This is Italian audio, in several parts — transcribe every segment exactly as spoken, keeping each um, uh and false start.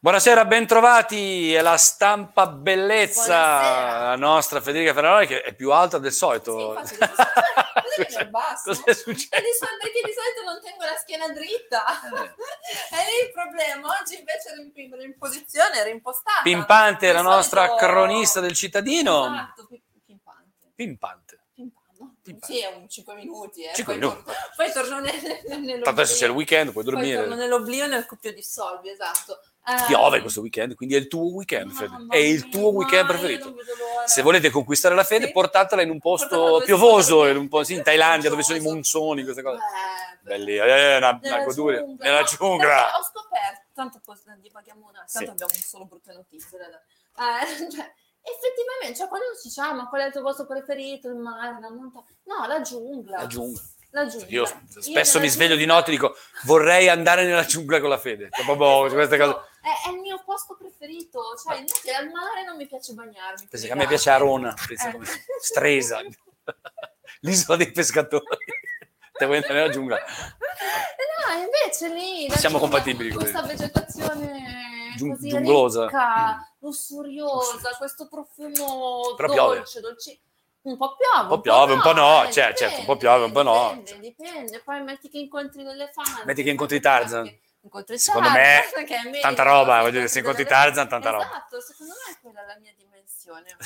Buonasera, bentrovati, è la Stampa Bellezza, Buonasera. la nostra Federica Ferraroli che è più alta del solito. Sì, infatti, cosa, cosa è basso? Cos'è successo? E di solito, perché di solito non tengo la schiena dritta. Eh. È lì il problema. Oggi invece ero in, in posizione, ero impostata. Pimpante, la Di nostra solito... cronista del cittadino. Esatto, pi- pimpante. Pimpante. Pimpante. Pimpante. Sì, è un cinque minuti. Eh. cinque poi, minuti. Torno, poi torno nel, nell'oblio. Tanto adesso c'è il weekend, puoi dormire. Poi torno nell'oblio nel cuppio di soldi, esatto. Piove questo weekend, quindi è il tuo weekend, Fede. Mamma È il mia, tuo weekend ma preferito. io non vedo l'ora. Se volete conquistare la Fede, Sì. portatela in un posto Portatela dove si piovoso, può in un po' sì, in Thailandia, dove sono i Piogioso. monsoni, queste cose. Beh, Belli, è una, una nella goduria. giungla. Nella No, giungla. perché ho scoperto, tanto poi divaghiamo un attimo, Sì. tanto abbiamo solo brutte notizie. Eh, cioè, effettivamente, cioè, quando si dice, ah, ma qual è il tuo posto preferito? Il mare, la montagna? No, la giungla. La giungla. La giungla. Io spesso Io mi sveglio giungla... di notte e dico vorrei andare nella giungla con la Fede. Cioè, proprio queste cose. È, è il mio posto preferito, cioè invece al mare non mi piace bagnarmi. Pensa che a me piace Arona, pensa come Stresa, l'isola dei pescatori. Te vuoi andare nella giungla? No, invece lì la Siamo giungla, compatibili con questa vegetazione Giung- così giunglosa. ricca, Mm. lussuriosa, questo profumo Però piove. dolce, dolce. Un po' piove, Un po' piove, un po' no, eh, cioè, dipende, certo, un po' piove, un po' no. Dipende, dipende. Poi metti che incontri l'elefante. Metti che incontri Tarzan. Incontri Secondo Tarzan, me, che è meglio, tanta roba, no? voglio dire, se incontri delle- Tarzan, tanta roba. Esatto, secondo me è quella la mia dimensione.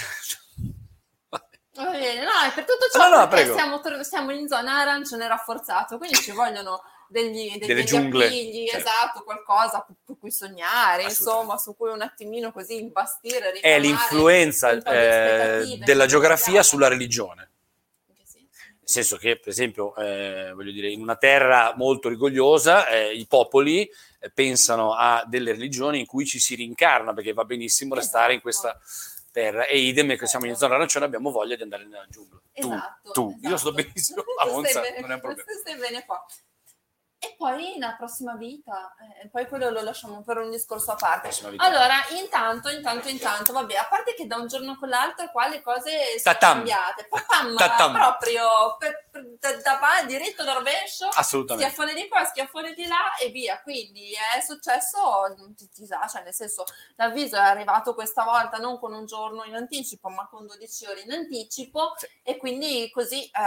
Va bene, no, è per tutto ciò No, no, perché prego. siamo, tor- siamo in zona arancione rafforzato, quindi ci vogliono degli, degli Delle giungle. appigli, Certo. esatto, qualcosa su cui sognare, Assolutamente. insomma, su cui un attimino così imbastire, È ricamare l'influenza un po' di eh, aspettative della che geografia abbiamo. sulla religione. In che senso? Nel senso che, per esempio, eh, voglio dire, in una terra molto rigogliosa, eh, i popoli eh, pensano a delle religioni in cui ci si rincarna, perché va benissimo restare in questa terra. E idem, che siamo in zona arancione, abbiamo voglia di andare nella giungla. Esatto, tu, tu. esatto. Io sto benissimo a Tu Monza, stai bene, non è un problema. stai bene qua. E poi la prossima vita, eh, poi quello lo lasciamo per un discorso a parte. Prossima vita. Allora, intanto, intanto, intanto, vabbè, a parte che da un giorno con l'altro qua le cose sono Tatam. cambiate, Tatam, Tatam. proprio per, per, da, da, da diritto da rovescio, Assolutamente. schiaffone di qua, schiaffone di là e via. Quindi è successo, ti, ti sa, cioè nel senso, l'avviso è arrivato questa volta non con un giorno in anticipo, ma con dodici ore in anticipo. Sì. E quindi così eh,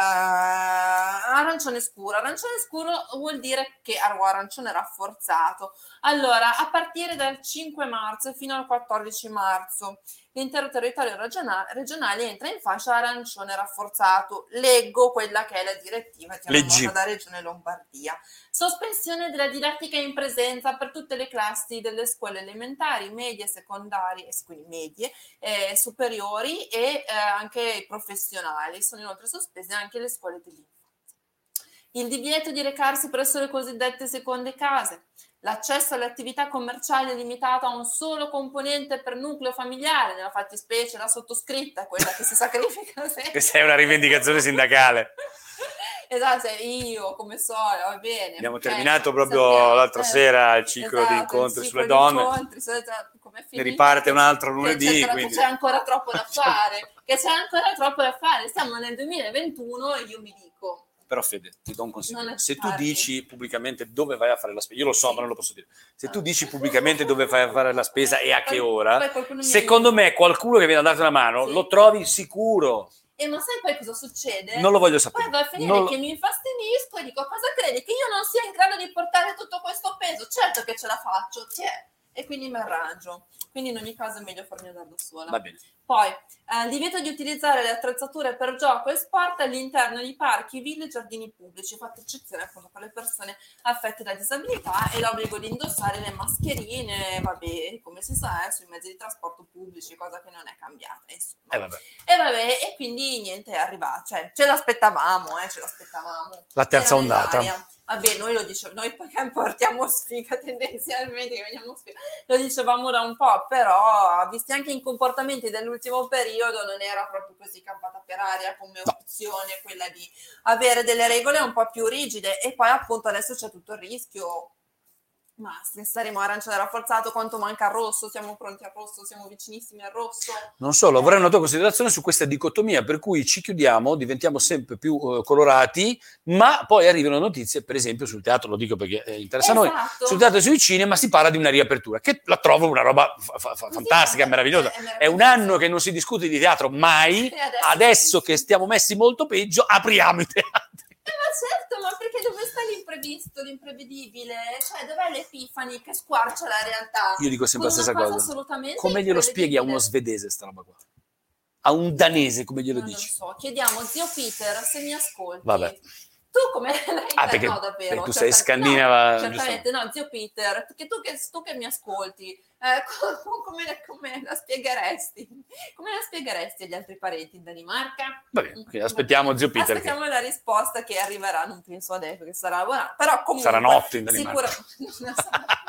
arancione scuro. Arancione scuro vuol dire che arancione rafforzato. Allora, a partire dal cinque marzo fino al quattordici marzo, l'intero territorio regionale, regionale entra in fascia arancione rafforzato. Leggo quella che è la direttiva chiamata da Regione Lombardia. Sospensione della didattica in presenza per tutte le classi delle scuole elementari, medie, secondarie, quindi medie, eh, superiori e eh, anche professionali. Sono inoltre sospese anche le scuole dell'infanzia. Il divieto di recarsi presso le cosiddette seconde case. L'accesso alle attività commerciali è limitato a un solo componente per nucleo familiare, nella fattispecie la sottoscritta, quella che si sacrifica sempre. Questa è una rivendicazione sindacale. Esatto, io come so, va bene. Abbiamo okay, terminato proprio sappiamo, l'altra eh, sera il ciclo esatto, di incontri il sulle ciclo di donne. Incontri, come ne riparte un altro lunedì. C'è, quindi... c'è ancora troppo da fare, che c'è ancora troppo da fare. Siamo nel duemilaventuno e io mi dico... Però Fede, ti do un consiglio. Se tu tardi. dici pubblicamente dove vai a fare la spesa, io lo so, Sì. ma non lo posso dire. Se Ah. tu dici pubblicamente dove vai a fare la spesa e a Poi- che ora, poi qualcuno mi secondo aiuta. me qualcuno che viene a darti una mano Sì. lo trovi sicuro. E ma sai poi cosa succede? Non lo voglio sapere. Poi va a finire Non lo- che mi infastidisco e dico cosa credi? Che io non sia in grado di portare tutto questo peso? Certo che ce la faccio, tiè. E quindi mi arrangio. Quindi in ogni caso è meglio farmi andare da sola. Va bene. Poi, eh, divieto di utilizzare le attrezzature per gioco e sport all'interno di parchi, ville e giardini pubblici, fatta eccezione appunto per le persone affette da disabilità e l'obbligo di indossare le mascherine, vabbè, come si sa, eh, sui mezzi di trasporto pubblici, cosa che non è cambiata, insomma. Eh, vabbè. E vabbè, e quindi niente, è arrivato, cioè ce l'aspettavamo, eh, ce l'aspettavamo. La terza Era ondata. nell'aria. Vabbè, noi lo dicevamo, noi poi portiamo sfiga tendenzialmente, che veniamo sfiga, lo dicevamo da un po', però visti anche i comportamenti dell'ultimo periodo non era proprio così campata per aria come No. opzione quella di avere delle regole un po' più rigide e poi appunto adesso c'è tutto il rischio Ma se saremo arancione rafforzato, quanto manca il rosso? Siamo pronti al rosso? Siamo vicinissimi al rosso? Non solo, vorrei una tua considerazione su questa dicotomia per cui ci chiudiamo, diventiamo sempre più uh, colorati, ma poi arrivano notizie, per esempio sul teatro, lo dico perché eh, interessa esatto. a noi, sul teatro e sui cinema si parla di una riapertura, che la trovo una roba fa- fa- fantastica, è, meravigliosa. È, è, è un anno che non si discute di teatro mai, adesso, adesso che stiamo messi molto peggio, apriamo i teatri. Eh, ma certo, ma perché dove sta l'imprevisto, l'imprevedibile? Cioè, dov'è l'Epifani che squarcia la realtà? Io dico sempre la stessa cosa. cosa. Assolutamente come glielo spieghi a uno svedese sta roba qua? A un danese come glielo non dici? Non lo so, chiediamo, zio Peter, se mi ascolti. Vabbè. Tu come ah, perché, no, davvero, perché tu certamente, sei scandinava. no, certamente no, zio Peter, perché tu che, tu che mi ascolti, eh, come, come la spiegheresti? Come la spiegheresti agli altri parenti in Danimarca? Va bene, okay, aspettiamo zio Peter. Aspettiamo che... la risposta che arriverà, non penso adesso che sarà buona, però comunque sarà notte in Danimarca. Sicura...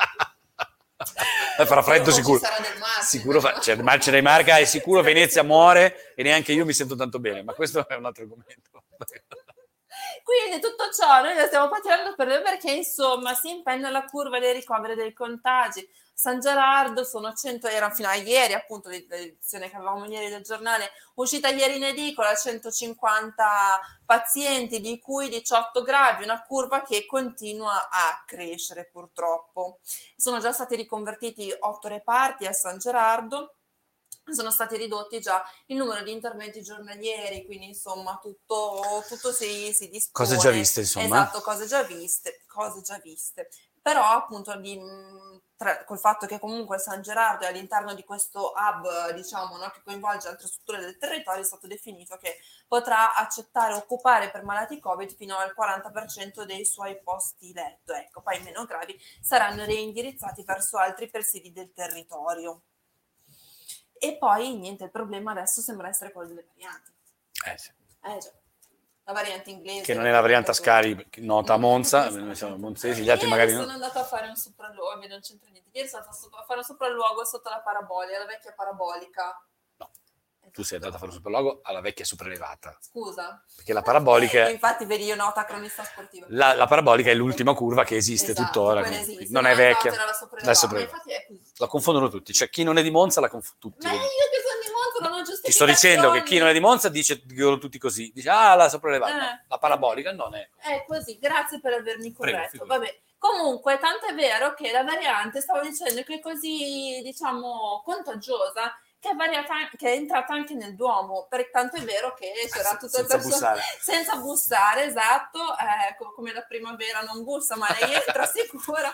farà freddo sicuro. Sicuro fa... cioè, Marcia Danimarca è sicuro, Venezia muore e neanche io mi sento tanto bene, ma questo è un altro argomento. Quindi tutto ciò noi lo stiamo facendo per perché insomma si impenna la curva dei ricoveri dei contagi. San Gerardo sono cento, era fino a ieri appunto l'edizione che avevamo ieri del giornale, uscita ieri in edicola, centocinquanta pazienti di cui diciotto gravi, una curva che continua a crescere purtroppo. Sono già stati riconvertiti otto reparti a San Gerardo, sono stati ridotti già il numero di interventi giornalieri, quindi insomma tutto, tutto si, si dispone. Cose già viste, insomma. Esatto, cose già viste, cose già viste. Però appunto di, tra, col fatto che comunque San Gerardo è all'interno di questo hub, diciamo, no, che coinvolge altre strutture del territorio, è stato definito che potrà accettare, occupare per malati Covid fino al quaranta per cento dei suoi posti letto. Ecco, poi i meno gravi saranno reindirizzati verso altri presidi del territorio. E poi niente, il problema adesso sembra essere quello delle varianti. Eh sì. Eh già. La variante inglese. Che non è la variante Ascari, nota a Monza, noi siamo monzesi, gli altri Ieri magari sono no. andata a fare un sopralluogo, non c'entra niente. Ieri sono andata a fare un sopralluogo sotto la parabolica, la vecchia parabolica. No, tu sei andata a fare un sopralluogo alla vecchia sopraelevata. Scusa. Perché la parabolica... Infatti vedi, io nota cronista sportiva. La, la parabolica è l'ultima curva che esiste esatto, tuttora. Esiste. Non no, è vecchia. Era la sopraelevata. Ma infatti è così. La confondono tutti. Cioè chi non è di Monza la confondono tutti. Ma io che sono di Monza non ho giustificazioni. Ti sto dicendo che chi non è di Monza dice dicono tutti così. Dice ah la sopraelevata. Eh. No, la parabolica non è. È così, grazie per avermi corretto. Prego, Vabbè. Comunque, tanto è vero che la variante, stavo dicendo che è così, diciamo, contagiosa, che è, variata, che è entrata anche nel Duomo, per tanto è vero che c'era tutto senza il personale bussare. senza bussare, esatto, eh, come la primavera non bussa, ma lei entra sicura,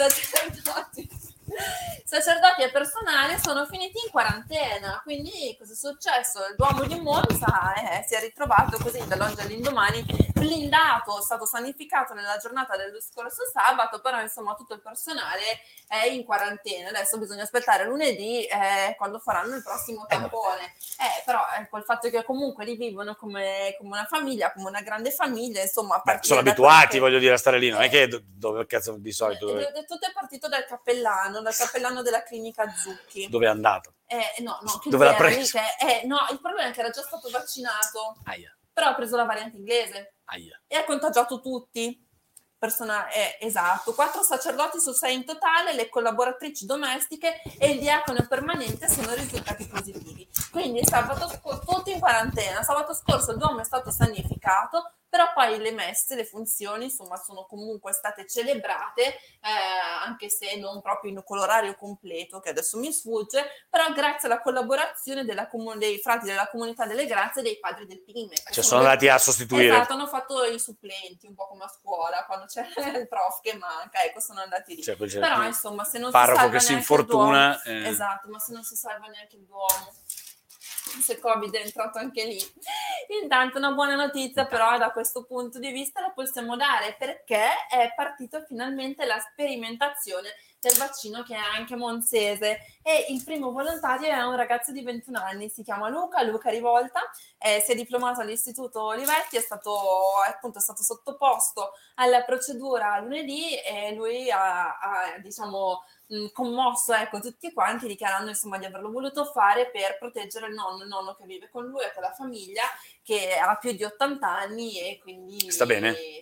sacerdoti. Sacerdoti e personale sono finiti in quarantena, quindi cosa è successo? Il Duomo di Monza eh, si è ritrovato così dall'oggi all'indomani blindato, è stato sanificato nella giornata dello scorso sabato, però insomma tutto il personale è in quarantena. Adesso bisogna aspettare lunedì eh, quando faranno il prossimo tampone, eh, però eh, col fatto che comunque li vivono come, come una famiglia, come una grande famiglia, insomma. Beh, sono abituati, che... voglio dire, a stare lì, non è che dove cazzo di solito... Dove... Eh, tutto è partito dal cappellano, dal cappellano della clinica Zucchi. Dove è andato? Eh, no, no, che dove l'ha preso? Lì, che, eh, no, il problema è che era già stato vaccinato, Aia. però ha preso la variante inglese. Aia. E ha contagiato tutti. Persona, eh, esatto, quattro sacerdoti su sei in totale, le collaboratrici domestiche e il diacono permanente sono risultati positivi. Quindi sabato scorso, tutti in quarantena, sabato scorso il Duomo è stato sanificato, però poi le messe, le funzioni, insomma, sono comunque state celebrate, eh, anche se non proprio in colorario completo, che adesso mi sfugge, però grazie alla collaborazione della comun- dei frati della comunità delle grazie e dei padri del P I M E. Cioè sono andati a sostituire. Esatto, hanno fatto i supplenti, un po' come a scuola, quando c'è il prof che manca, ecco, sono andati lì. Cioè, però insomma, se non parroco si salva che si neanche infortuna... il Duomo, eh. esatto, ma se non si salva neanche il Duomo, se il Covid è entrato anche lì. Intanto una buona notizia però da questo punto di vista la possiamo dare, perché è partita finalmente la sperimentazione del vaccino che è anche monzese, e il primo volontario è un ragazzo di ventuno anni, si chiama Luca, Luca Rivolta, eh, si è diplomato all'Istituto Olivetti, è stato, appunto, è stato sottoposto alla procedura lunedì e lui ha, ha diciamo commosso, ecco, tutti quanti, dichiarando insomma di averlo voluto fare per proteggere il nonno, il nonno che vive con lui e con la famiglia, che ha più di ottanta anni e quindi sta bene.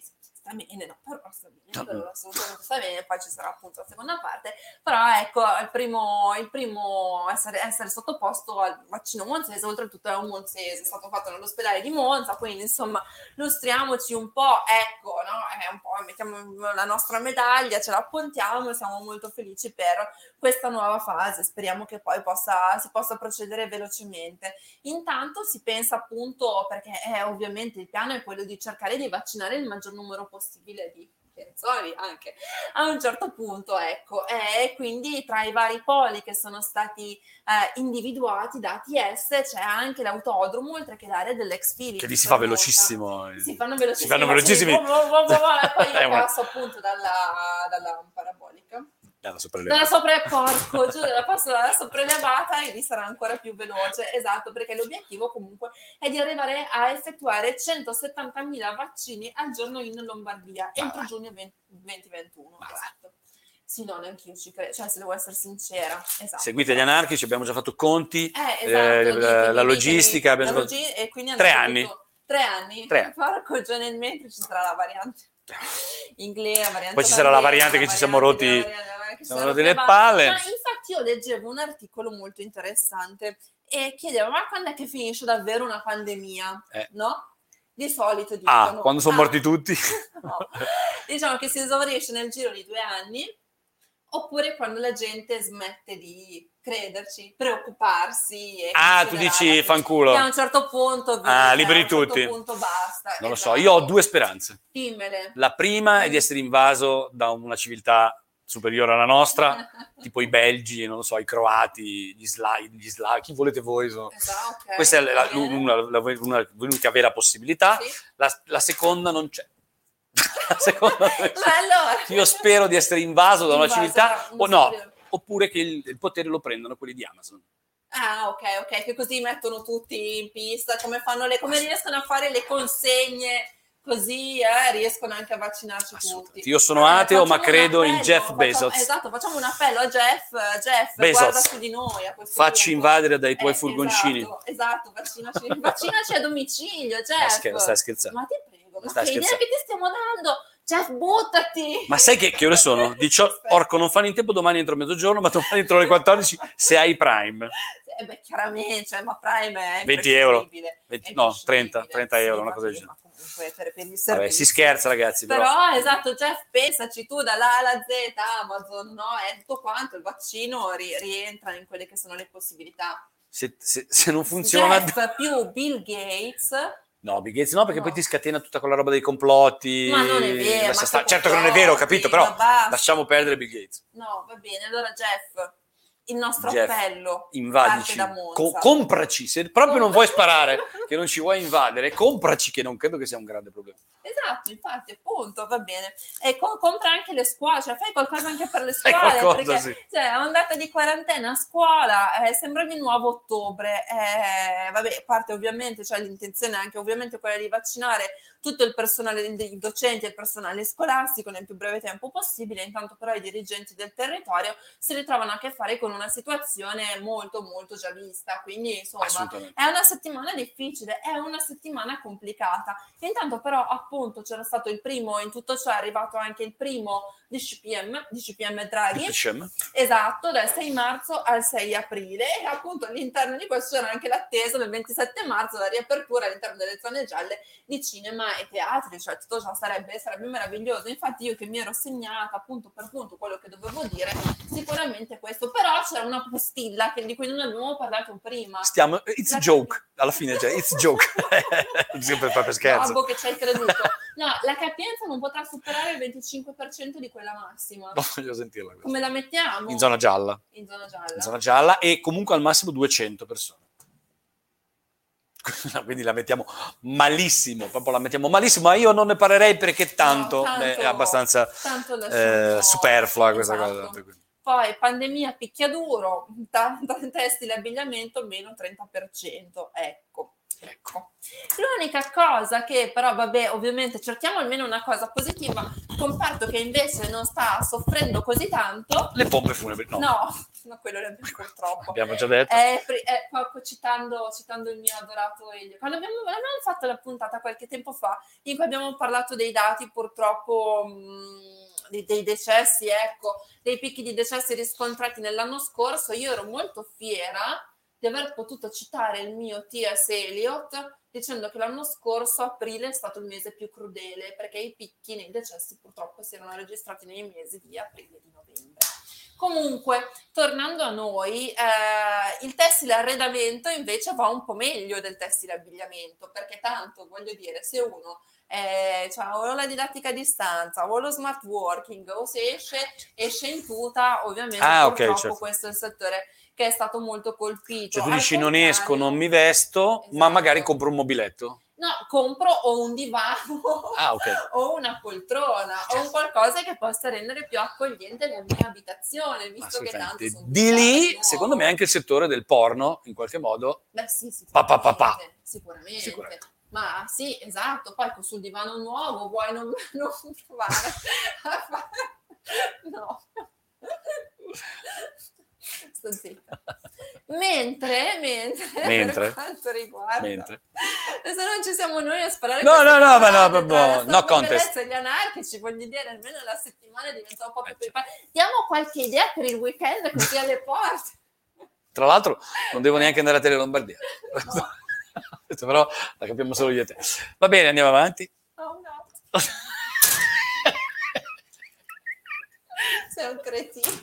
sta bene, no, per ora sta bene, per ora assolutamente sta bene, poi ci sarà appunto la seconda parte, però ecco, il primo, il primo essere, essere sottoposto al vaccino monzese, oltretutto è un monzese, è stato fatto nell'ospedale di Monza, quindi insomma illustriamoci un po', ecco, no? È un po', mettiamo la nostra medaglia, ce la appuntiamo e siamo molto felici per questa nuova fase, speriamo che poi possa, si possa procedere velocemente. Intanto si pensa appunto, perché è, ovviamente il piano è quello di cercare di vaccinare il maggior numero possibile di Piazzoli anche a un certo punto, ecco, e quindi tra i vari poli che sono stati eh, individuati da A T S c'è anche l'autodromo, oltre che l'area dell'ex Philips, che lì si fa velocissimo, si fanno velocissimi, si fanno velocissimi. Sì, e poi io passo appunto dalla, dalla parabolica dalla sopraelevata, dalla sopra porco, giù, la passo dalla sopraelevata e lì sarà ancora più veloce, esatto, perché l'obiettivo comunque è di arrivare a effettuare centosettantamila vaccini al giorno in Lombardia ma entro vai. giugno duemilaventuno, esatto. Sì, no, neanche io ci credo, cioè se devo essere sincera, esatto. Seguite gli anarchici, abbiamo già fatto conti, eh, esatto, eh, ditemi, la ditemi, logistica, la abbiamo logi- e quindi tre hanno anni. detto, tre anni, Tre anni. Porco, già nel mentre ci sarà la variante inglese, la variante poi ci sarà la variante che ci siamo rotti, siamo rotti le palle. Ma infatti io leggevo un articolo molto interessante e chiedevo, ma quando è che finisce davvero una pandemia? Eh. No? Di solito dicono... Ah, quando sono ah, morti tutti? No. Diciamo che si esaurisce nel giro di due anni, oppure quando la gente smette di crederci, preoccuparsi. E ah, tu dici fanculo. Che a un certo punto, ah, liberi a un certo tutti. punto basta. Non lo esatto. so, io ho due speranze. Dimmele. La prima è di essere invaso da una civiltà superiore alla nostra, tipo i belgi, non lo so, i croati, gli slavi, gli slavi, chi volete voi. So. Esatto, okay, Questa è la, una, la, una, l'unica vera possibilità. Sì. La, la seconda non c'è. La seconda non c'è. Ma allora... Io spero di essere invaso da una invaso, civiltà, un o no, oppure che il, il potere lo prendano quelli di Amazon. Ah, ok, ok, che così mettono tutti in pista, come fanno le, come riescono a fare le consegne, così eh, riescono anche a vaccinarci tutti. Io sono eh, ateo, ma credo appello, in Jeff facciamo, Bezos. Esatto, facciamo un appello a Jeff, Jeff, Bezos. guarda su di noi a questo Facci punto. invadere dai tuoi eh, furgoncini. Esatto, esatto, vaccinaci, vaccinaci a domicilio, Jeff. Scher- stai scherzando. Ma ti prego, ma stai che idea scherzando. che ti stiamo dando? Jeff, buttati! Ma sai che, che ore sono? Dicio, porco, non fanno in tempo domani entro mezzogiorno, ma domani entro le quattordici se hai Prime. Eh beh, chiaramente, cioè, ma Prime è venti euro. venti, no, trenta, trenta euro, sì, una cosa del genere. Comunque, per, per il Vabbè, si scherza, ragazzi. Però, però esatto, Jeff, pensaci tu dalla A alla Z, Amazon, no? È tutto quanto, il vaccino ri- rientra in quelle che sono le possibilità. Se, se, se non funziona... Jeff più Bill Gates... No, Bill Gates no, perché no. poi ti scatena tutta quella roba dei complotti. Ma non è vero. Ma sta... Certo che non è vero, ho capito, però lasciamo perdere Bill Gates. No, va bene. Allora, Jeff, il nostro Jeff, appello invadici, parte da Monza. Co- compraci, se proprio non vuoi sparare, che non ci vuoi invadere, compraci, che non credo che sia un grande problema. Esatto, infatti, appunto, va bene. E co- compra anche le scuole, cioè fai qualcosa anche per le Fai scuole, qualcosa, perché sì. cioè, ondata di quarantena a scuola, eh, sembra di nuovo ottobre, eh, vabbè, a parte ovviamente, cioè l'intenzione è anche ovviamente quella di vaccinare tutto il personale dei docenti e il personale scolastico nel più breve tempo possibile, intanto però i dirigenti del territorio si ritrovano a che fare con una situazione molto molto già vista, quindi insomma è una settimana difficile, è una settimana complicata. Intanto però appunto c'era stato il primo, in tutto ciò è arrivato anche il primo D C P M, D C P M Draghi, D C M. Esatto, dal sei marzo al sei aprile, e appunto all'interno di questo c'era anche l'attesa del ventisette marzo, la riapertura all'interno delle zone gialle di cinema e teatri, cioè tutto ciò sarebbe, sarebbe meraviglioso. Infatti io che mi ero segnata punto per punto quello che dovevo dire, sicuramente questo, però c'era una postilla che, di cui non abbiamo parlato prima. Stiamo, it's a joke, alla fine cioè, it's a joke, sempre per scherzo. No, che ci hai creduto. No, la capienza non potrà superare il venticinque per cento di quella massima. No, voglio sentirla. Questa. Come la mettiamo? In zona gialla. In zona gialla. In zona gialla e comunque al massimo duecento persone. Quindi la mettiamo malissimo, proprio la mettiamo malissimo, ma io non ne parlerei perché tanto, no, tanto è abbastanza tanto eh, superflua questa esatto. cosa. Poi pandemia picchiaduro, t- t- tessile abbigliamento meno trenta per cento, ecco. Ecco. L'unica cosa che però, vabbè, ovviamente cerchiamo almeno una cosa positiva, comparto che invece non sta soffrendo così tanto. Le pompe funebri, no. No, no, quello l'abbiamo purtroppo. Abbiamo già detto. Eh, pre- eh, qua- qua citando, citando il mio adorato Elio. Quando abbiamo, abbiamo fatto la puntata qualche tempo fa, in cui abbiamo parlato dei dati purtroppo mh, dei, dei decessi, ecco, dei picchi di decessi riscontrati nell'anno scorso, io ero molto fiera di aver potuto citare il mio T S. Eliot dicendo che l'anno scorso aprile è stato il mese più crudele perché i picchi nei decessi purtroppo si erano registrati nei mesi di aprile e di novembre. Comunque, tornando a noi, eh, il tessile arredamento invece va un po' meglio del tessile abbigliamento, perché tanto, voglio dire, se uno eh, cioè, o la didattica a distanza o lo smart working o se esce, esce in tuta, ovviamente ah, purtroppo okay, certo. questo è il settore che è stato molto colpito. Cioè tu Al dici non contrario- esco, non mi vesto, Esatto. ma magari compro un mobiletto. No, compro o un divano Ah, ok. o una poltrona o un qualcosa che possa rendere più accogliente la mia abitazione, visto che tanto Assolutamente. sono Di lì, nuovo. secondo me, anche il settore del porno, in qualche modo, Beh sì, Pa, pa, sicuramente, pa, pa. sicuramente. Sicuramente. Ma sì, esatto, poi sul divano nuovo vuoi non, non provare a fare... No. Sto zitta. Mentre, mentre, Mentre? per quanto riguarda... Mentre? Adesso non ci siamo noi a sparare No, queste no, no, ma no, cavolate proprio, tra la no contest. bellezza e gli anarchici, voglio dire, almeno la settimana diventa un po' più Eh, certo. preparata. Diamo qualche idea per il weekend così alle porte. Tra l'altro non devo neanche andare a Tele Lombardia. No. Però la capiamo solo io e te. Va bene, andiamo avanti. Oh no. Sei un cretino.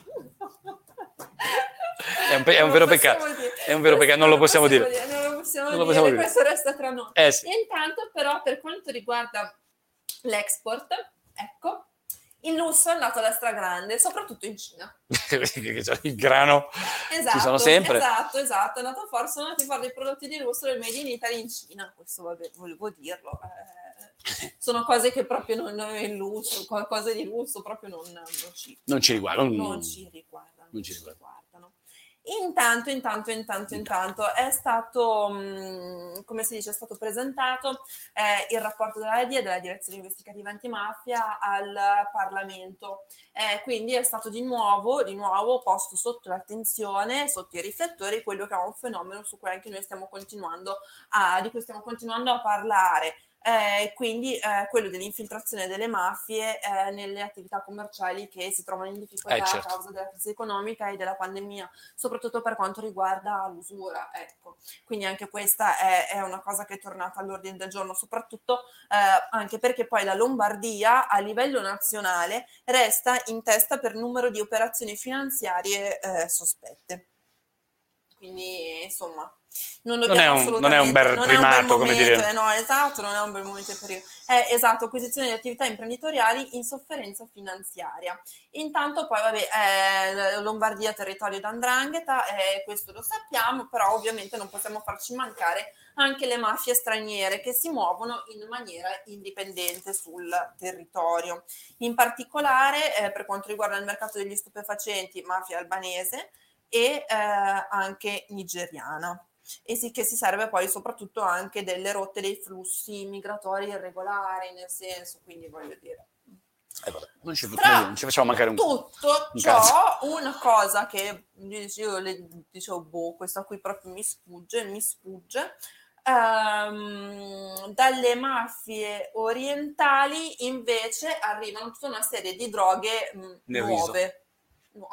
È un, pe- è un Non vero lo possiamo peccato. dire. È un vero peccato, non lo possiamo dire. Non lo possiamo Non lo dire, possiamo dire. questo resta tra noi. Eh sì. E intanto però per quanto riguarda l'export, ecco, il lusso è andato alla stragrande, soprattutto in Cina. Il grano Esatto, ci sono sempre. esatto, esatto, è andato fuori, sono andati a fare dei prodotti di lusso del Made in Italy in Cina, questo vabbè, volevo dirlo. Eh, sono cose che proprio non è il lusso, cose di lusso proprio non, non ci Non ci riguardano. non ci riguardano. Non ci riguardano. Intanto, intanto, intanto, intanto è stato, mh, come si dice, è stato presentato eh, il rapporto della D I A, della Direzione Investigativa Antimafia, al Parlamento. Eh, quindi è stato di nuovo, di nuovo posto sotto l'attenzione, sotto i riflettori, quello che è un fenomeno su cui anche noi stiamo continuando a, di cui stiamo continuando a parlare. Eh, quindi eh, quello dell'infiltrazione delle mafie eh, nelle attività commerciali che si trovano in difficoltà Eh, certo. a causa della crisi economica e della pandemia, soprattutto per quanto riguarda l'usura. Ecco. Quindi anche questa è, è una cosa che è tornata all'ordine del giorno, soprattutto eh, anche perché poi la Lombardia a livello nazionale resta in testa per numero di operazioni finanziarie eh, sospette. Quindi insomma... Non, non, è un, non è un bel non primato, è un bel come momento, dire. Eh, no, esatto, non è un bel momento per io. Eh, esatto, acquisizione di attività imprenditoriali in sofferenza finanziaria. Intanto poi, vabbè, eh, Lombardia, territorio d'andrangheta, eh, questo lo sappiamo, però ovviamente non possiamo farci mancare anche le mafie straniere che si muovono in maniera indipendente sul territorio. In particolare, eh, per quanto riguarda il mercato degli stupefacenti, mafia albanese e eh, anche nigeriana. E sì, che si serve poi soprattutto anche delle rotte dei flussi migratori irregolari, nel senso, quindi voglio dire. Eh, vabbè, non, ci, Tra non ci facciamo mancare un tutto un ciò, cazzo. una cosa che io le dicevo, boh, questa qui proprio mi sfugge, mi sfugge. Um, dalle mafie orientali invece arrivano tutta una serie di droghe mh, nuove. No.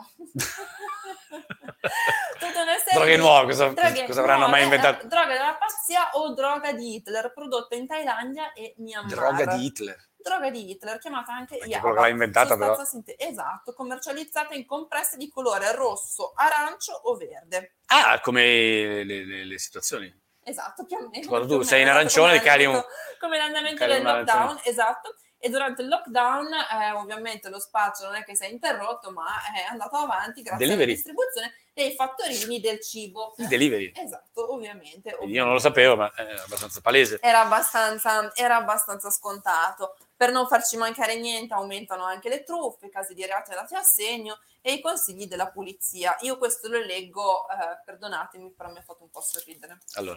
Tutta una serie droghe di nuove, cosa, droghe cosa avranno nuove, mai inventato? eh, droga della pazzia o droga di Hitler prodotta in Thailandia e Myanmar. Droga di Hitler. Droga di Hitler, chiamata anche Perché Yaba. quello che l'ha inventata però. Sinte- esatto, commercializzata in compresse di colore rosso, arancio o verde. Ah, come le, le, le situazioni. Esatto, più o meno. Quando tu più o sei in meno, arancione, esatto, cali come un... l'andamento- Come l'andamento cali del un lockdown, arancione. esatto. E durante il lockdown eh, ovviamente lo spaccio non è che si è interrotto, ma è andato avanti grazie Delivery. alla distribuzione dei fattorini del cibo. Il delivery. Esatto, ovviamente, ovviamente. Io non lo sapevo, ma è abbastanza palese. Era abbastanza, era abbastanza scontato. Per non farci mancare niente aumentano anche le truffe, i casi di reati dati a segno e i consigli della polizia. Io questo lo leggo, eh, perdonatemi, però mi ha fatto un po' sorridere. Allora.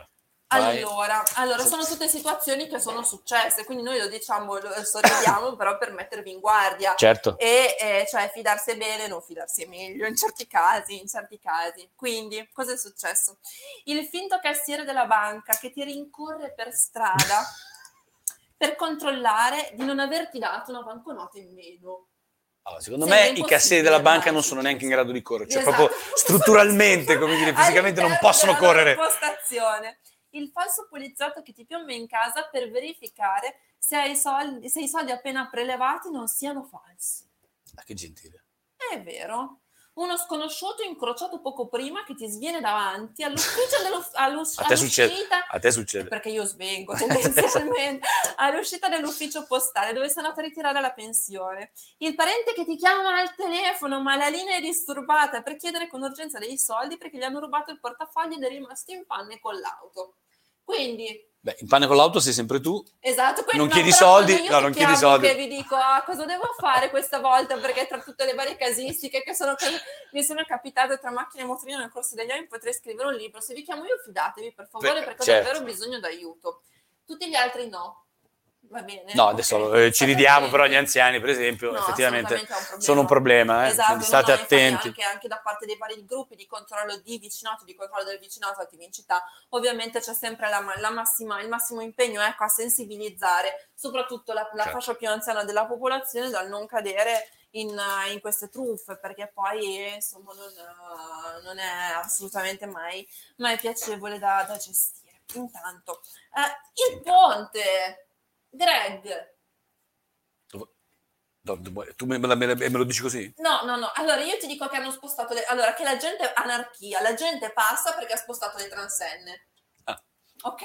Allora, allora, sono tutte situazioni che sono successe, quindi noi lo diciamo, lo sorridiamo però per mettervi in guardia. Certo. E eh, cioè fidarsi è bene, non fidarsi è meglio in certi casi, in certi casi. Quindi, cosa è successo? Il finto cassiere della banca che ti rincorre per strada per controllare di non averti dato una banconota in meno. Allora, secondo me i cassieri della banca non sono neanche in grado di correre, cioè esatto. proprio strutturalmente, come dire, fisicamente non possono correre. Postazione. Il falso poliziotto che ti piomba in casa per verificare se, hai soldi, se i soldi appena prelevati non siano falsi. Ah, che gentile. È vero. Uno sconosciuto incrociato poco prima che ti sviene davanti all'ufficio all'uscita. A te succede. A te succede. Perché io svengo tendenzialmente all'uscita dell'ufficio postale dove sei andato a ritirare la pensione. Il parente che ti chiama al telefono ma la linea è disturbata per chiedere con urgenza dei soldi perché gli hanno rubato il portafoglio ed è rimasto in panne con l'auto. Quindi... Beh, in panne con l'auto sei sempre tu. Esatto. Non chiedi soldi. No, non chiedi soldi. Che vi dico, ah, cosa devo fare questa volta? Perché tra tutte le varie casistiche che sono, mi sono capitate tra macchine e motorino nel corso degli anni potrei scrivere un libro. Se vi chiamo io fidatevi per favore Beh, perché certo. ho davvero bisogno d'aiuto. Tutti gli altri no. Va bene? No, adesso okay. eh, ci ridiamo, però gli anziani, per esempio, no, effettivamente un sono un problema. Eh? Esatto, quindi state no, no, attenti. Anche, anche da parte dei vari gruppi di controllo di vicinato, di controllo del vicinato attivi in città, ovviamente c'è sempre la, la massima, il massimo impegno ecco, a sensibilizzare soprattutto la, la certo. fascia più anziana della popolazione dal non cadere in, in queste truffe, perché poi insomma non, non è assolutamente mai, mai piacevole da, da gestire. Intanto, eh, il ponte... Greg, tu me, me, me, me lo dici così? No, no, no. Allora io ti dico che hanno spostato le... Allora, che la gente anarchia, la gente passa perché ha spostato le transenne. Ah. Ok?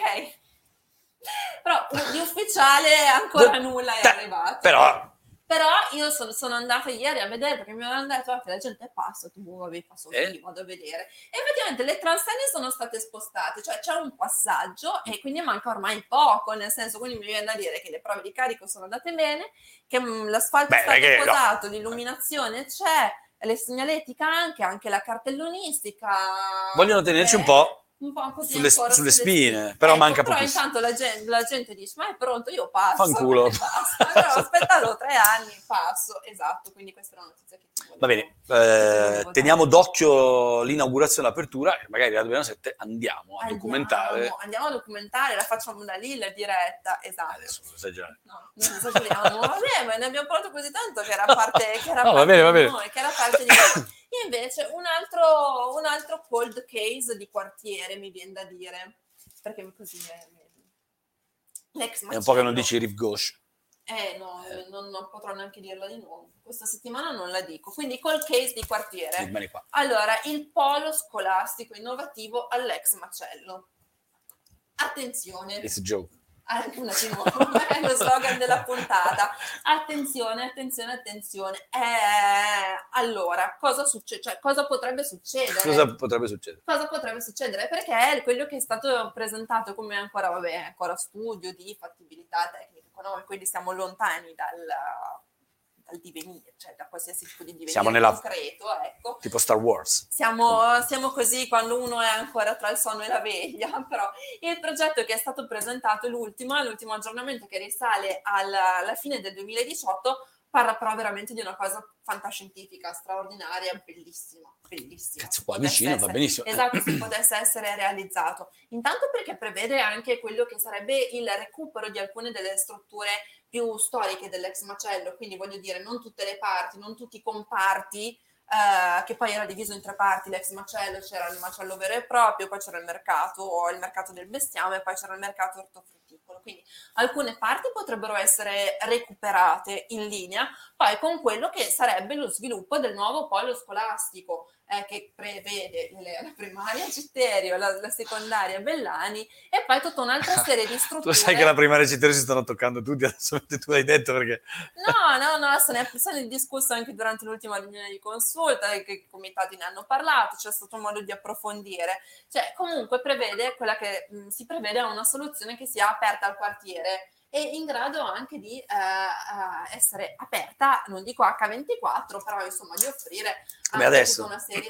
Però di ufficiale ancora nulla è arrivato. Però... Però io sono, sono andata ieri a vedere perché mi avevano detto ah, che la gente passa, tu vabbè, passo eh? io, vado a vedere. E effettivamente le transenne sono state spostate, cioè c'è un passaggio e quindi manca ormai poco, nel senso, quindi mi viene da dire che le prove di carico sono andate bene, che mh, l'asfalto Beh, è stato che, posato, no. l'illuminazione c'è, le segnaletica anche, anche la cartellonistica. Vogliono tenerci un po'. Un po' così sulle, ancora, sulle spine, spine. Però ecco, manca però pochissimo. Intanto la gente, la gente dice ma è pronto, io passo. Fanculo. Però ho aspettato tre anni, passo, esatto, quindi questa è una notizia che ti volevo, va bene, eh, teniamo d'occhio l'inaugurazione e l'apertura e magari alla duemilasette andiamo a andiamo, documentare. Andiamo a documentare, la facciamo da lì la diretta, esatto. Adesso non esagerare. No, non esageriamo, vabbè, ma ne abbiamo parlato così tanto che era parte, che era no, parte va bene, va bene. di noi, che era parte di noi. Invece un altro, un altro cold case di quartiere mi viene da dire, perché così è l'ex Macello. È un po' che non dici Rive Gauche. Eh no, eh. Non, non potrò neanche dirla di nuovo. Questa settimana non la dico. Quindi cold case di quartiere. Qua. Allora, il polo scolastico innovativo all'ex Macello. Attenzione. It's a joke. Anche un attimo, è lo slogan della puntata. Attenzione, attenzione, attenzione. Eh, allora, cosa succede? Cioè, cosa potrebbe succedere? Cosa potrebbe succedere? Cosa potrebbe succedere? Perché è quello che è stato presentato come ancora, vabbè, ancora studio di fattibilità tecnica economica, quindi siamo lontani dal, dal divenire, cioè da qualsiasi tipo di divenire siamo nella, concreto, ecco. Tipo Star Wars. Siamo, siamo così quando uno è ancora tra il sonno e la veglia, però il progetto che è stato presentato è l'ultimo, l'ultimo aggiornamento che risale alla, alla fine del duemiladiciotto, parla però veramente di una cosa fantascientifica, straordinaria, bellissima, bellissima. Cazzo, qua vicino essere, va benissimo. Esatto, se potesse essere realizzato. Intanto perché prevede anche quello che sarebbe il recupero di alcune delle strutture più storiche dell'ex macello, quindi voglio dire non tutte le parti, non tutti i comparti, eh, che poi era diviso in tre parti l'ex macello, c'era il macello vero e proprio, poi c'era il mercato, il mercato del bestiame e poi c'era il mercato ortofrutticolo, quindi alcune parti potrebbero essere recuperate in linea poi con quello che sarebbe lo sviluppo del nuovo polo scolastico, eh, che prevede le, la primaria Citterio, la, la secondaria Bellani e poi tutta un'altra serie di strutture. Tu sai che la primaria Citterio si stanno toccando tutti, adesso tu hai detto perché... No, no, no, se ne è, se ne è discusso anche durante l'ultima riunione di consulta, che i comitati ne hanno parlato, c'è stato modo di approfondire. Cioè, comunque prevede quella che mh, si prevede una soluzione che sia aperta al quartiere e in grado anche di eh, uh, essere aperta, non dico acca ventiquattro, però insomma di offrire come adesso una serie eh?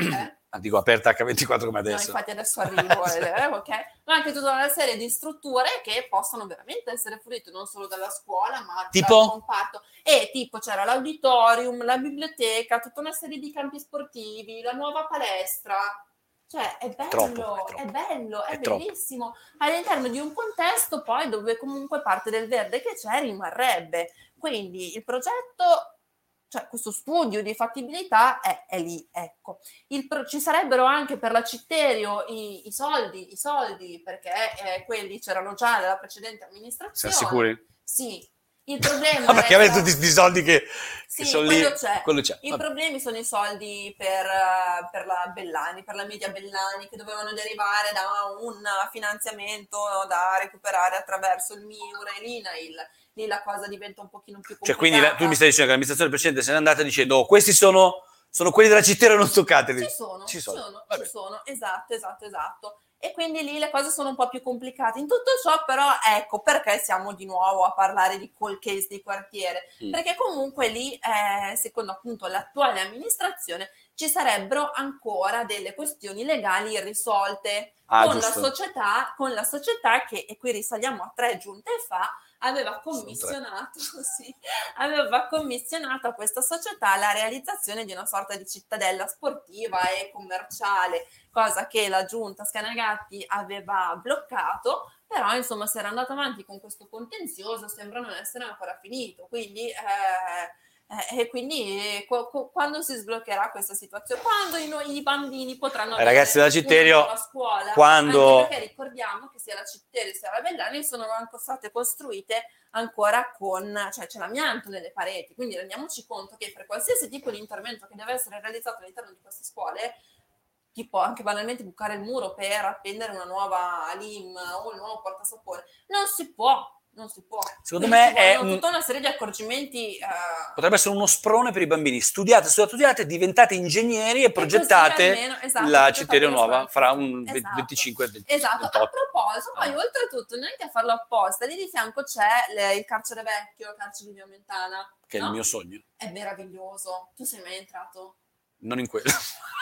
Ah, dico aperta acca ventiquattro come adesso. No, infatti adesso arrivo, eh, ok? Ma anche tutta una serie di strutture che possono veramente essere fruite non solo dalla scuola, ma tipo? dal comparto. E tipo c'era l'auditorium, la biblioteca, tutta una serie di campi sportivi, la nuova palestra. Cioè, è bello, troppo, è, è bello, è, è bellissimo. All'interno di un contesto poi dove comunque parte del verde che c'è rimarrebbe. Quindi il progetto, cioè questo studio di fattibilità è, è lì, ecco. Il pro- ci sarebbero anche per la Citterio i, i soldi, i soldi, perché eh, quelli c'erano già nella precedente amministrazione. Sei sicuri? Sì. Il problema ah, perché resta... avete tutti questi soldi che, sì, che sono quello lì? c'è. Quello c'è. I Vabbè. problemi sono i soldi per, uh, per la Bellani, per la media Bellani, che dovevano derivare da un finanziamento da recuperare attraverso il Miure e l'INAIL. Lì la cosa diventa un pochino più complicata. Cioè, quindi la, tu mi stai dicendo che l'amministrazione precedente se n'è andata dicendo oh, questi sono, sono quelli della Citterio, non toccateli. Ci sono, ci sono, sono, ci sono, esatto, esatto, esatto. E quindi lì le cose sono un po' più complicate. In tutto ciò però, ecco, perché siamo di nuovo a parlare di cold case di quartiere? Mm. Perché comunque lì, eh, secondo appunto l'attuale amministrazione, ci sarebbero ancora delle questioni legali irrisolte ah, con, la società, con la società che, e qui risaliamo a tre giunte fa, aveva commissionato, sì, aveva commissionato a questa società la realizzazione di una sorta di cittadella sportiva e commerciale, cosa che la giunta Scanagatti aveva bloccato, però insomma si era andato avanti con questo contenzioso, sembra non essere ancora finito, quindi eh, eh, e quindi eh, qu- quando si sbloccherà questa situazione? Quando i, no- i bambini potranno avere ragazzi della Citterio, una scuola, quando... anche perché ricordiamo che sia la Citterio sia la Bellani sono anche state costruite ancora con, cioè c'è l'amianto nelle pareti, quindi rendiamoci conto che per qualsiasi tipo di intervento che deve essere realizzato all'interno di queste scuole, tipo anche banalmente bucare il muro per appendere una nuova lim o il nuovo portasapone, non si può. Non si può. Secondo me è un... tutta una serie di accorgimenti. Uh... Potrebbe essere uno sprone per i bambini. Studiate, studiate, studiate, diventate ingegneri e progettate e almeno, esatto, la Citterio nuova fra un esatto. venticinque ventotto. Esatto. A proposito, poi ah. oltretutto, neanche a farlo apposta, lì di fianco c'è le, il carcere vecchio, il carcere di Via Mentana. Che no? è il mio sogno. È meraviglioso. Tu sei mai entrato? Non in quello.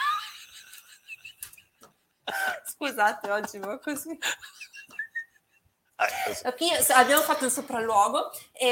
Scusate, oggi va così. Qui abbiamo fatto un sopralluogo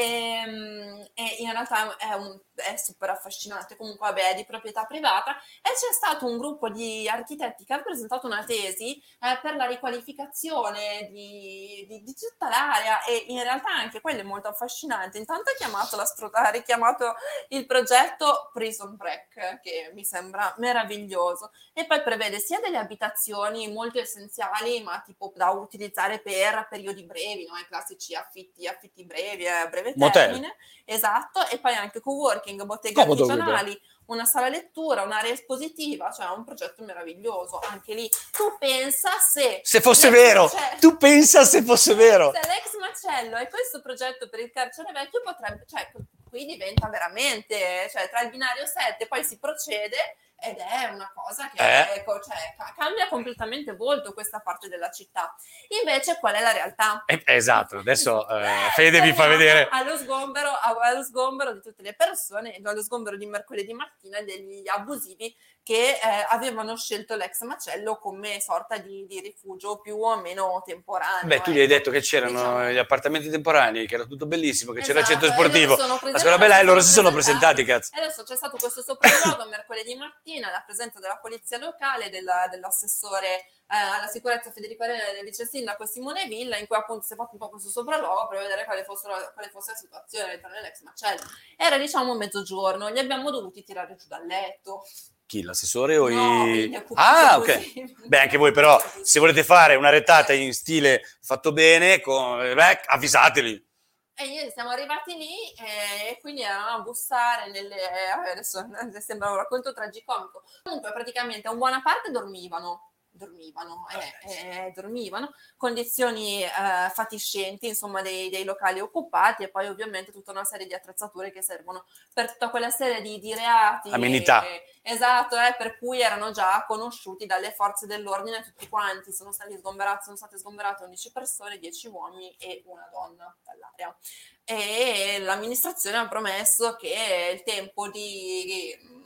e, e in realtà è, un, è super affascinante, comunque vabbè, è di proprietà privata e c'è stato un gruppo di architetti che ha presentato una tesi eh, per la riqualificazione di, di, di tutta l'area e in realtà anche quello è molto affascinante. Intanto ha chiamato, la stro- ha richiamato il progetto Prison Break, che mi sembra meraviglioso, e poi prevede sia delle abitazioni molto essenziali ma tipo da utilizzare per periodi brevi, no? I classici affitti, affitti brevi, a breve Motel. termine, esatto, e poi anche coworking, botteghe artigianali, una sala lettura, un'area espositiva, cioè un progetto meraviglioso, anche lì. Tu pensa se... Se fosse vero, macello, tu pensa se fosse vero. Se l'ex macello e questo progetto per il carcere vecchio potrebbe, cioè qui diventa veramente, cioè tra il binario sette poi si procede ed è una cosa che eh. è, cioè, cambia completamente volto questa parte della città. Invece qual è la realtà? Eh, esatto, adesso eh, Fede vi fa vedere. Allo sgombero, allo sgombero di tutte le persone, allo sgombero di mercoledì mattina degli abusivi che eh, avevano scelto l'ex macello come sorta di, di rifugio più o meno temporaneo. Beh, tu gli hai detto che c'erano diciamo. gli appartamenti temporanei, che era tutto bellissimo, che esatto, c'era il centro sportivo, la scuola bella e loro si sono presentati, cazzo. E adesso c'è stato questo sopralluogo mercoledì mattina, la presenza della polizia locale, della, dell'assessore eh, alla sicurezza Federico Arena e del vice sindaco Simone Villa, in cui appunto si è fatto un po' questo sopralluogo per vedere quale fosse la, quale fosse la situazione all'interno dell'ex macello. Era diciamo mezzogiorno, li abbiamo dovuti tirare giù dal letto. Chi, l'assessore o no, i... Ah, ok. Così. Beh, anche voi però, se volete fare una retata in stile fatto bene, con... beh, avvisateli. E ieri siamo arrivati lì e quindi eravamo a bussare nelle... adesso sembra un racconto tragicomico. Comunque praticamente in buona parte dormivano. dormivano, eh, eh, dormivano, condizioni eh, fatiscenti, insomma, dei, dei locali occupati e poi ovviamente tutta una serie di attrezzature che servono per tutta quella serie di, di reati. Amenità. E, esatto, eh, per cui erano già conosciuti dalle forze dell'ordine tutti quanti, sono stati sgomberati, sono state sgomberate undici persone, dieci uomini e una donna dall'area. E l'amministrazione ha promesso che il tempo di...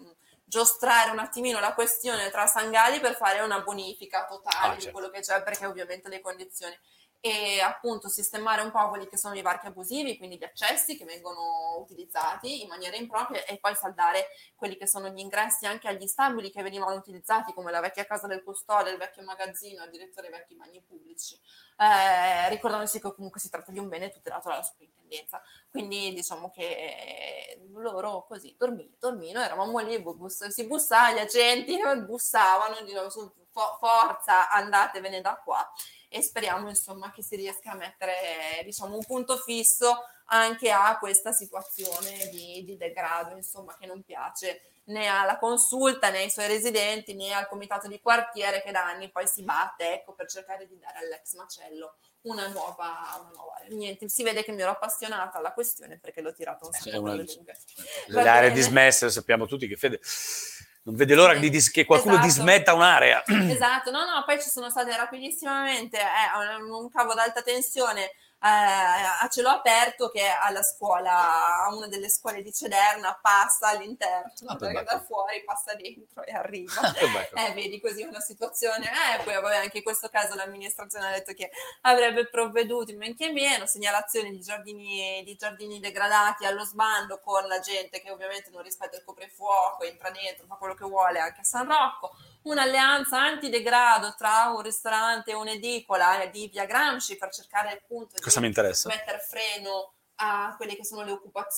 giostrare un attimino la questione tra Sangalli per fare una bonifica totale Ah, di certo. quello che c'è, perché ovviamente le condizioni, e appunto sistemare un po' quelli che sono i varchi abusivi, quindi gli accessi che vengono utilizzati in maniera impropria, e poi saldare quelli che sono gli ingressi anche agli stabili che venivano utilizzati, come la vecchia casa del custode, il vecchio magazzino, addirittura i vecchi bagni pubblici, eh, ricordandosi che comunque si tratta di un bene tutelato dalla soprintendenza. Quindi diciamo che loro così, dormino, dormino, eravamo lì, bus- si bussava, gli agenti bussavano, dicevano fo- forza, andatevene da qua, e speriamo insomma che si riesca a mettere, diciamo, un punto fisso anche a questa situazione di, di degrado, insomma, che non piace né alla consulta né ai suoi residenti né al comitato di quartiere, che da anni poi si batte, ecco, per cercare di dare all'ex macello una nuova, una nuova area. Niente, si vede che mi ero appassionata alla questione perché l'ho tirato un sacco una, per le lunghe. le aree dismesse, lo sappiamo tutti che Fede non vede l'ora di dis- che qualcuno esatto. dismetta un'area. Esatto, no, no, poi ci sono state rapidissimamente eh, un cavo d'alta tensione eh, a cielo aperto che alla scuola, a una delle scuole di Cederna, passa all'interno, ah, perché da fuori passa dentro e arriva. eh, vedi, così una situazione. Eh, poi vabbè, anche in questo caso l'amministrazione ha detto che avrebbe provveduto in men che meno, segnalazioni di giardini, di giardini degradati allo sbando, con la gente che ovviamente non rispetta il coprifuoco, entra dentro, fa quello che vuole anche a San Rocco. Un'alleanza antidegrado tra un ristorante e un'edicola di via Gramsci per cercare appunto di Cosa mi interessa? mettere freno a quelle che sono le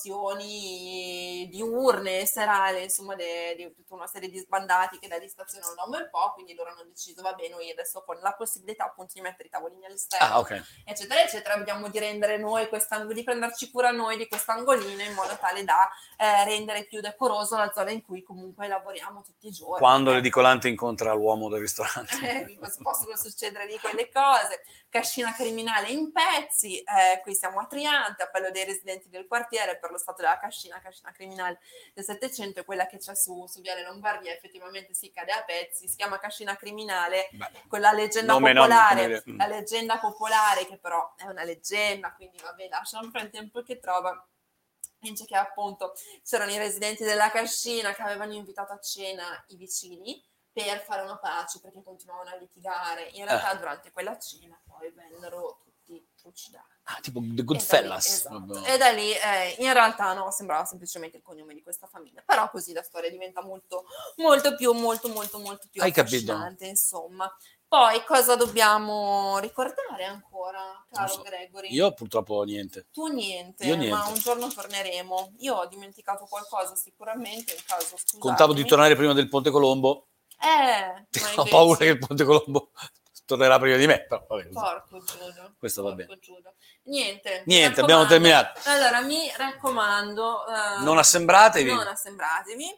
occupazioni diurne, serali, insomma, de, di tutta una serie di sbandati che da lì stazionano da un bel po', quindi loro hanno deciso, va bene, noi adesso con la possibilità appunto di mettere i tavolini all'esterno, ah, okay. eccetera, eccetera, vediamo di rendere noi quest'angolo, di prenderci cura noi di quest'angolino, in modo tale da eh, rendere più decoroso la zona in cui comunque lavoriamo tutti i giorni. Quando ecco. l'edicolante incontra l'uomo del ristorante. Eh, possono succedere di quelle cose. Cascina criminale in pezzi, eh, qui siamo a Triante, appello dei residenti del quartiere per lo stato della cascina, cascina criminale del Settecento, è quella che c'è su, su Viale Lombardia, effettivamente si cade a pezzi, si chiama cascina criminale, Beh, quella leggenda nome, popolare, nome, come... la leggenda popolare che però è una leggenda, quindi vabbè, lasciamo fare il tempo che trova. Dice che appunto c'erano i residenti della cascina che avevano invitato a cena i vicini per fare una pace, perché continuavano a litigare. In realtà eh. durante quella cena poi vennero tutti trucidati. Ah, tipo The Goodfellas. Esatto. E da lì eh, in realtà no, sembrava semplicemente il cognome di questa famiglia, però così la storia diventa molto molto più molto molto molto più Hai affascinante, capito? Insomma. Poi cosa dobbiamo ricordare ancora, caro so. Gregory? Io purtroppo niente. Tu niente, Io niente, ma un giorno torneremo. Io ho dimenticato qualcosa sicuramente, in caso scusatemi. Contavo di tornare prima del Ponte Colombo. Eh, ho paura che il Ponte Colombo tornerà prima di me, però vabbè, porco Giudo, questo porco va bene. Giudo. Niente, niente, abbiamo terminato. Allora mi raccomando, uh, non assembratevi, non assembratevi,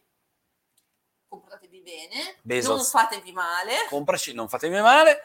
comportatevi bene, Bezos. non fatevi male, compraci, non fatevi male,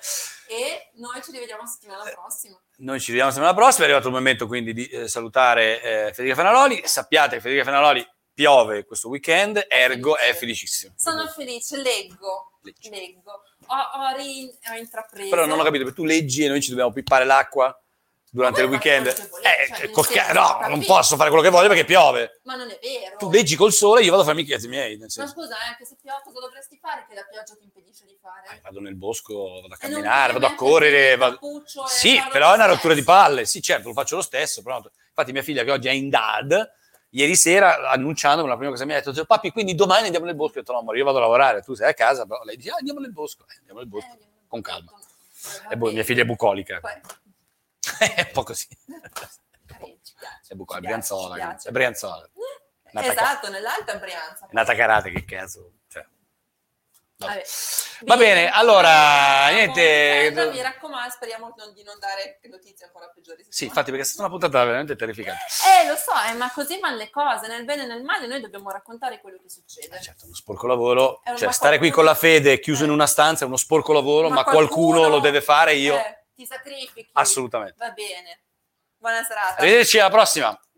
e noi ci rivediamo la settimana prossima. Noi ci rivediamo la settimana prossima. È arrivato il momento quindi di eh, salutare eh, Federica Fenaloli. Sappiate che Federica Fenaloli piove questo weekend, ergo è felicissimo. Sono felice, leggo, leggi. leggo. Ho, ho, ri, ho intrapreso. Però non ho capito, perché tu leggi e noi ci dobbiamo pippare l'acqua durante il weekend. Eh, cioè, no, non posso fare quello che voglio perché piove. Ma non è vero. Tu leggi col sole, io vado a farmi i cazzi miei. Nel senso. Ma scusa, eh, anche se piove, cosa dovresti fare che la pioggia ti impedisce di fare? Eh, vado nel bosco, vado a camminare, vado a correre. Vado... Sì, però è una rottura stesso. di palle. Sì, certo, lo faccio lo stesso. Però... Infatti mia figlia che oggi è in D A D, ieri sera annunciando la prima cosa mi ha detto, papi, quindi domani andiamo nel bosco. Io ho detto, no, amore, io vado a lavorare, tu sei a casa, però lei dice, ah, andiamo nel bosco. Eh, andiamo nel bosco, eh, con calma. E boh, mia figlia è bucolica. Poi... è un po' così. Ci piace, è bucolica, è Brianzola. È Brianzola. Esatto, ca- nell'Alta Brianza. È nata karate, che cazzo. Cioè. Vabbè. Va bene, bene allora, niente. Allora, mi raccomando, speriamo di non dare notizie ancora peggiori. Sì, infatti, perché è stata una puntata veramente terrificante. Eh, lo so, eh, ma così vanno le cose, nel bene e nel male noi dobbiamo raccontare quello che succede. Eh, certo, uno sporco lavoro, cioè qualcuno... stare qui con la Fede chiuso eh. in una stanza è uno sporco lavoro, ma, ma qualcuno, qualcuno lo deve fare, io... Eh, ti sacrifichi. Assolutamente. Va bene. Buona serata. Arrivederci, alla prossima.